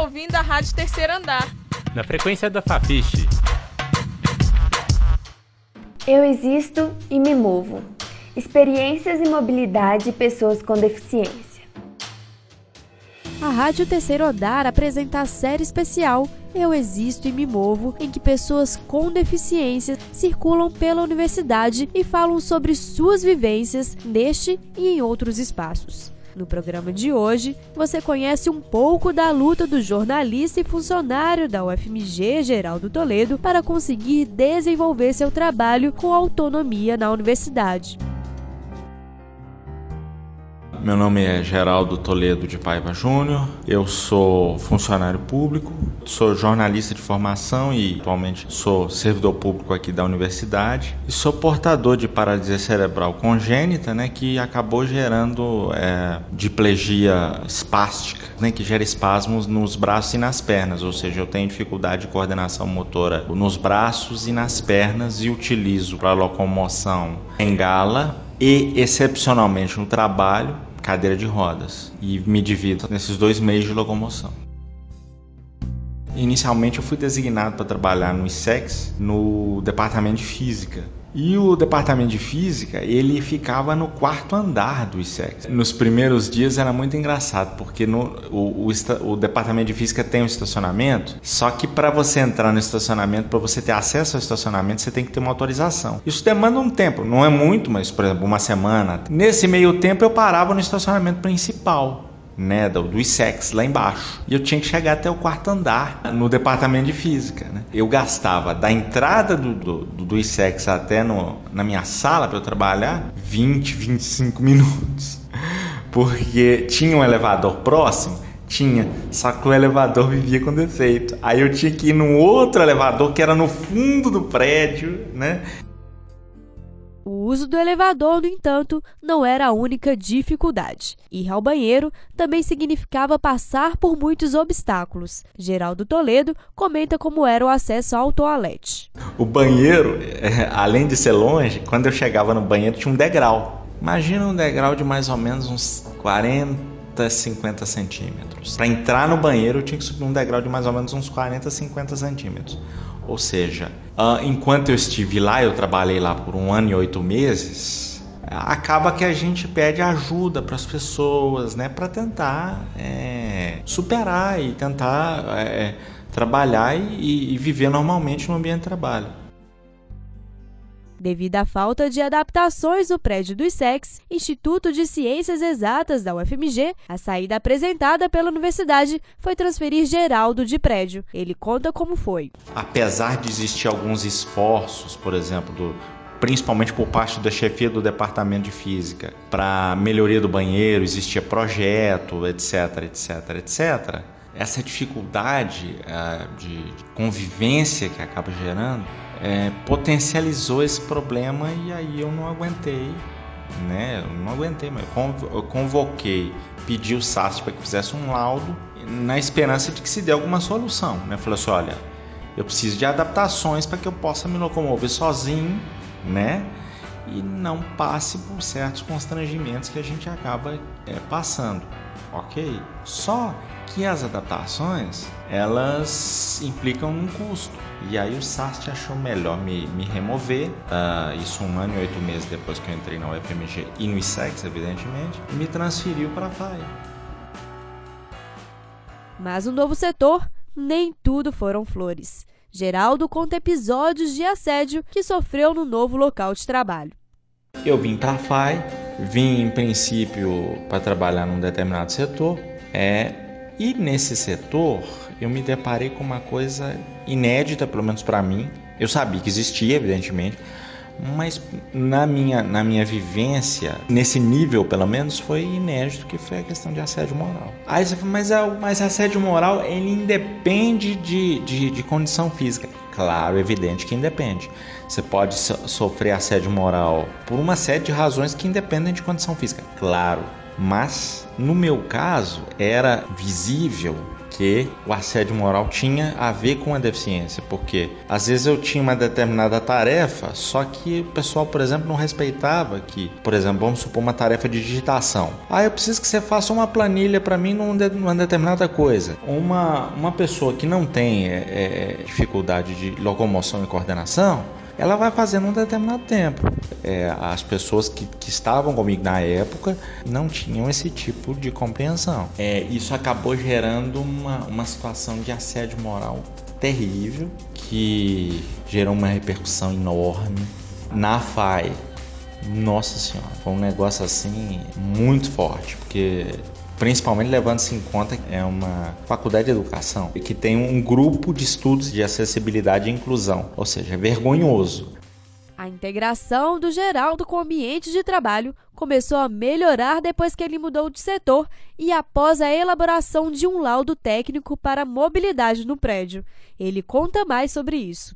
ouvindo a Rádio Terceiro Andar, na frequência da Fafiche. Eu existo e me movo. Experiências e mobilidade de pessoas com deficiência. A Rádio Terceiro Andar apresenta a série especial Eu Existo e Me Movo, em que pessoas com deficiência circulam pela universidade e falam sobre suas vivências neste e em outros espaços. No programa de hoje, você conhece um pouco da luta do jornalista e funcionário da UFMG, Geraldo Toledo, para conseguir desenvolver seu trabalho com autonomia na universidade. Meu nome é Geraldo Toledo de Paiva Júnior, eu sou funcionário público, sou jornalista de formação e atualmente sou servidor público aqui da universidade e sou portador de paralisia cerebral congênita, que acabou gerando diplegia espástica, que gera espasmos nos braços e nas pernas, ou seja, eu tenho dificuldade de coordenação motora nos braços e nas pernas e utilizo para locomoção bengala e, excepcionalmente no trabalho, cadeira de rodas, e me divido nesses dois meios de locomoção. Inicialmente eu fui designado para trabalhar no ISEX, no departamento de física. E o departamento de física, ele ficava no quarto andar do ISEX. Nos primeiros dias era muito engraçado, porque o departamento de física tem um estacionamento, só que para você entrar no estacionamento, para você ter acesso ao estacionamento, você tem que ter uma autorização. Isso demanda um tempo, não é muito, mas, por exemplo, uma semana. Nesse meio tempo eu parava no estacionamento principal, do ISEX, lá embaixo. E eu tinha que chegar até o quarto andar, no departamento de física. Eu gastava da entrada do ISEX até na minha sala para eu trabalhar 20, 25 minutos. Porque tinha um elevador próximo? Tinha, só que o elevador vivia com defeito. Aí eu tinha que ir num outro elevador que era no fundo do prédio, O uso do elevador, no entanto, não era a única dificuldade. Ir ao banheiro também significava passar por muitos obstáculos. Geraldo Toledo comenta como era o acesso ao toalete. O banheiro, além de ser longe, quando eu chegava no banheiro tinha um degrau. Imagina um degrau de mais ou menos uns 40, 50 centímetros. Para entrar no banheiro eu tinha que subir um degrau de mais ou menos uns 40, 50 centímetros. Ou seja, enquanto eu estive lá, eu trabalhei lá por 1 ano e 8 meses, acaba que a gente pede ajuda para as pessoas, para tentar superar e tentar trabalhar e viver normalmente no ambiente de trabalho. Devido à falta de adaptações no prédio do ISEX, Instituto de Ciências Exatas da UFMG, a saída apresentada pela universidade foi transferir Geraldo de prédio. Ele conta como foi. Apesar de existir alguns esforços, por exemplo, principalmente por parte da chefia do departamento de física, para melhoria do banheiro, existia projeto, etc, etc, etc. Essa dificuldade de convivência que acaba gerando potencializou esse problema e aí eu não aguentei, mas eu convoquei, pedi o SAST para que fizesse um laudo na esperança de que se dê alguma solução, Falei assim, olha, eu preciso de adaptações para que eu possa me locomover sozinho, e não passe por certos constrangimentos que a gente acaba passando, ok? Só que as adaptações, elas implicam um custo. E aí o SAST achou melhor me remover, isso 1 ano e 8 meses depois que eu entrei na UFMG e no ISEX, evidentemente, e me transferiu para a FAI. Mas no novo setor, nem tudo foram flores. Geraldo conta episódios de assédio que sofreu no novo local de trabalho. Eu vim para a FAI, vim em princípio para trabalhar num determinado setor, e nesse setor eu me deparei com uma coisa inédita, pelo menos para mim. Eu sabia que existia, evidentemente, mas na minha vivência, nesse nível pelo menos, foi inédito, que foi a questão de assédio moral. Aí você fala, mas assédio moral, ele independe de condição física. Claro, evidente que independe. Você pode sofrer assédio moral por uma série de razões que independem de condição física. Claro. Mas, no meu caso, era visível que o assédio moral tinha a ver com a deficiência, porque às vezes eu tinha uma determinada tarefa, só que o pessoal, por exemplo, não respeitava que, por exemplo, vamos supor uma tarefa de digitação. Eu preciso que você faça uma planilha para mim numa determinada coisa. Uma pessoa que não tem dificuldade de locomoção e coordenação, ela vai fazendo um determinado tempo. As pessoas que estavam comigo na época não tinham esse tipo de compreensão. Isso acabou gerando uma situação de assédio moral terrível, que gerou uma repercussão enorme na FAI. Nossa Senhora, foi um negócio assim muito forte, porque principalmente levando-se em conta que é uma faculdade de educação e que tem um grupo de estudos de acessibilidade e inclusão, ou seja, é vergonhoso. A integração do Geraldo com o ambiente de trabalho começou a melhorar depois que ele mudou de setor e após a elaboração de um laudo técnico para a mobilidade no prédio. Ele conta mais sobre isso.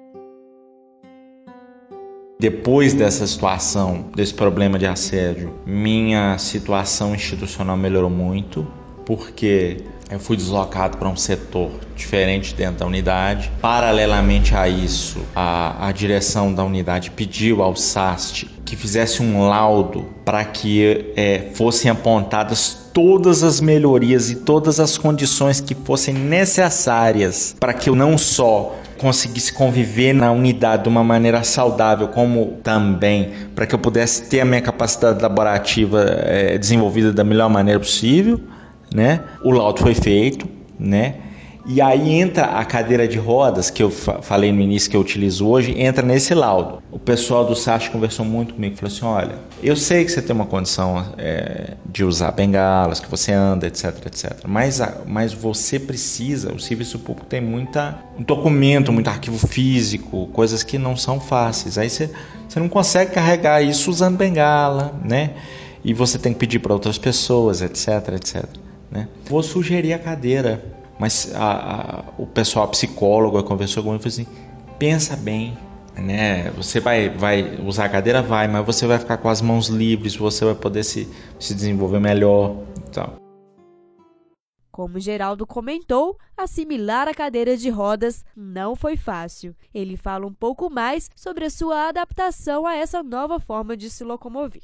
Depois dessa situação, desse problema de assédio, minha situação institucional melhorou muito, porque eu fui deslocado para um setor diferente dentro da unidade. Paralelamente a isso, a direção da unidade pediu ao SAST que fizesse um laudo para que fossem apontadas todas as melhorias e todas as condições que fossem necessárias para que eu não só conseguisse conviver na unidade de uma maneira saudável, como também para que eu pudesse ter a minha capacidade laborativa desenvolvida da melhor maneira possível, né? O laudo foi feito, né? E aí entra a cadeira de rodas, que eu falei no início que eu utilizo hoje, entra nesse laudo. O pessoal do SAST conversou muito comigo, falou assim, olha, eu sei que você tem uma condição de usar bengalas, que você anda, etc, etc. Mas você precisa, o serviço público tem muito documento, muito arquivo físico, coisas que não são fáceis. Aí você não consegue carregar isso usando bengala, né? E você tem que pedir para outras pessoas, etc, etc. Né? Vou sugerir a cadeira. Mas o pessoal psicólogo conversou comigo e falou assim, pensa bem, né? Você vai usar a cadeira? Vai, mas você vai ficar com as mãos livres, você vai poder se desenvolver melhor. Então. Como Geraldo comentou, assimilar a cadeira de rodas não foi fácil. Ele fala um pouco mais sobre a sua adaptação a essa nova forma de se locomover.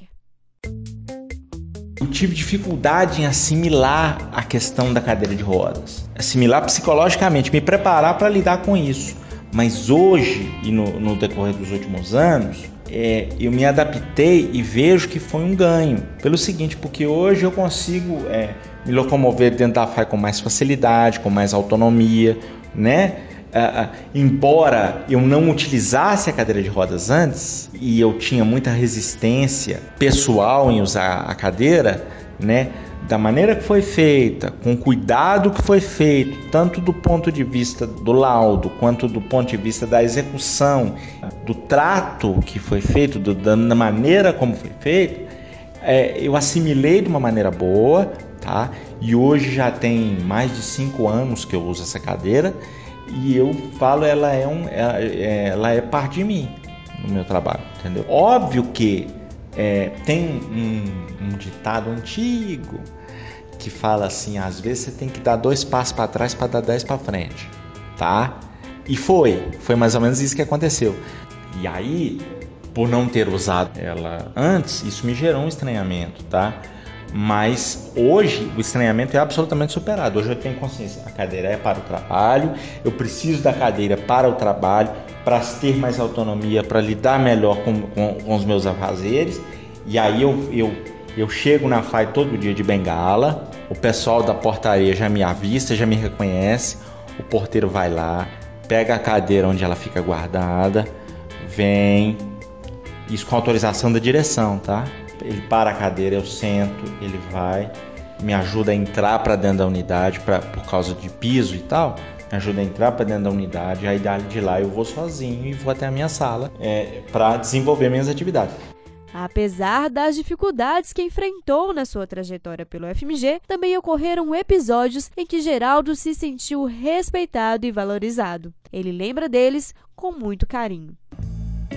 Eu tive dificuldade em assimilar a questão da cadeira de rodas. Assimilar psicologicamente, me preparar para lidar com isso. Mas hoje, e no decorrer dos últimos anos, eu me adaptei e vejo que foi um ganho. Pelo seguinte, porque hoje eu consigo me locomover dentro da FAI com mais facilidade, com mais autonomia, né? Embora eu não utilizasse a cadeira de rodas antes e eu tinha muita resistência pessoal em usar a cadeira, né, da maneira que foi feita, com o cuidado que foi feito, tanto do ponto de vista do laudo quanto do ponto de vista da execução, do trato que foi feito, da maneira como foi feito, eu assimilei de uma maneira boa, tá? E hoje já tem mais de 5 anos que eu uso essa cadeira. E eu falo, ela é parte de mim no meu trabalho, entendeu? Óbvio que tem um ditado antigo que fala assim, às vezes você tem que dar 2 passos para trás para dar 10 para frente, tá? E foi mais ou menos isso que aconteceu. E aí, por não ter usado ela antes, isso me gerou um estranhamento, tá? Mas hoje o estranhamento é absolutamente superado. Hoje eu tenho consciência, a cadeira é para o trabalho, eu preciso da cadeira para o trabalho, para ter mais autonomia, para lidar melhor com os meus afazeres. E aí eu chego na FAI todo dia de bengala, o pessoal da portaria já me avista, já me reconhece, o porteiro vai lá, pega a cadeira onde ela fica guardada, vem, isso com autorização da direção, tá? Ele para a cadeira, eu sento, ele vai, me ajuda a entrar para dentro da unidade, por causa de piso e tal, me ajuda a entrar para dentro da unidade, aí de lá eu vou sozinho e vou até a minha sala para desenvolver minhas atividades. Apesar das dificuldades que enfrentou na sua trajetória pelo FMG, também ocorreram episódios em que Geraldo se sentiu respeitado e valorizado. Ele lembra deles com muito carinho.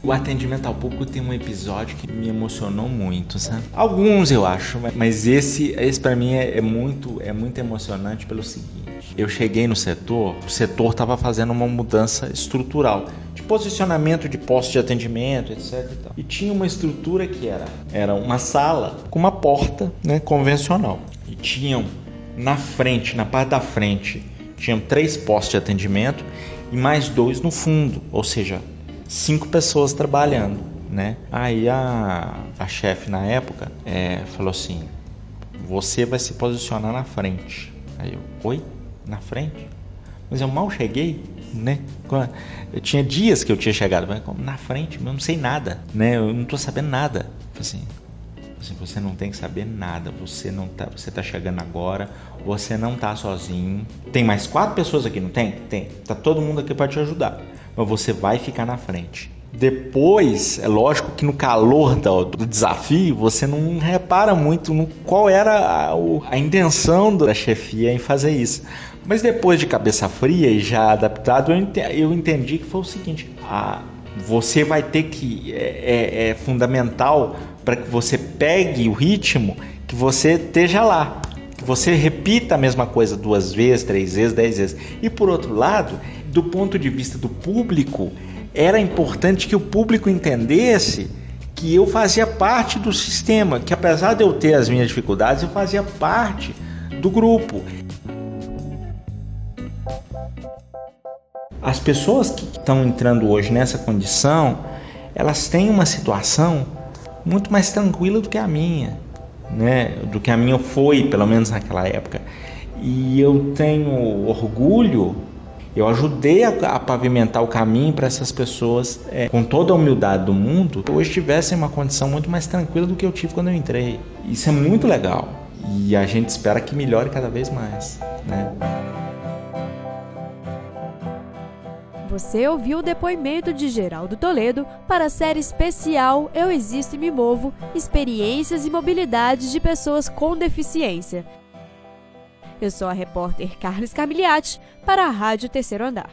O atendimento ao público tem um episódio que me emocionou muito, sabe? Alguns eu acho, mas esse pra mim é muito emocionante pelo seguinte. Eu cheguei no setor, o setor estava fazendo uma mudança estrutural, de posicionamento de postos de atendimento, etc. E tal. E tinha uma estrutura que era uma sala com uma porta, né, convencional. E tinham na frente, na parte da frente, tinham 3 postos de atendimento e mais 2 no fundo, ou seja, 5 pessoas trabalhando, né? Aí a chefe na época falou assim: você vai se posicionar na frente. Aí eu, oi? Na frente? Mas eu mal cheguei, né? Eu tinha dias que eu tinha chegado, mas na frente, eu não sei nada, né? Eu não tô sabendo nada. Assim, você não tem que saber nada, você tá chegando agora, você não tá sozinho. Tem mais 4 pessoas aqui, não tem? Tem. Tá todo mundo aqui para te ajudar. Mas você vai ficar na frente. Depois, é lógico que no calor do desafio, você não repara muito no qual era a intenção da chefia em fazer isso. Mas depois de cabeça fria e já adaptado, eu entendi que foi o seguinte: você vai ter que... É fundamental para que você pegue o ritmo, que você esteja lá. Que você repita a mesma coisa 2 vezes, 3 vezes, 10 vezes. E por outro lado, do ponto de vista do público, era importante que o público entendesse que eu fazia parte do sistema, que apesar de eu ter as minhas dificuldades, eu fazia parte do grupo. As pessoas que estão entrando hoje nessa condição, elas têm uma situação muito mais tranquila do que a minha, né? Do que a minha foi, pelo menos naquela época. E eu tenho orgulho. Eu ajudei a pavimentar o caminho para essas pessoas, com toda a humildade do mundo, que hoje tivessem uma condição muito mais tranquila do que eu tive quando eu entrei. Isso é muito legal e a gente espera que melhore cada vez mais, né? Você ouviu o depoimento de Geraldo Toledo para a série especial Eu Existo e Me Movo, Experiências e Mobilidades de Pessoas com Deficiência. Eu sou a repórter Carlos Carmigliati para a Rádio Terceiro Andar.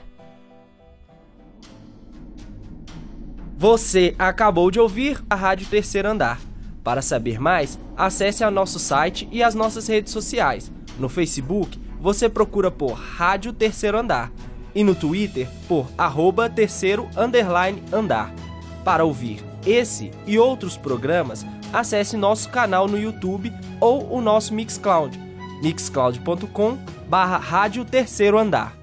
Você acabou de ouvir a Rádio Terceiro Andar. Para saber mais, acesse ao nosso site e as nossas redes sociais. No Facebook, você procura por Rádio Terceiro Andar e no Twitter por @terceiro_andar. Para ouvir esse e outros programas, acesse nosso canal no YouTube ou o nosso Mixcloud, mixcloud.com/Rádio Terceiro Andar.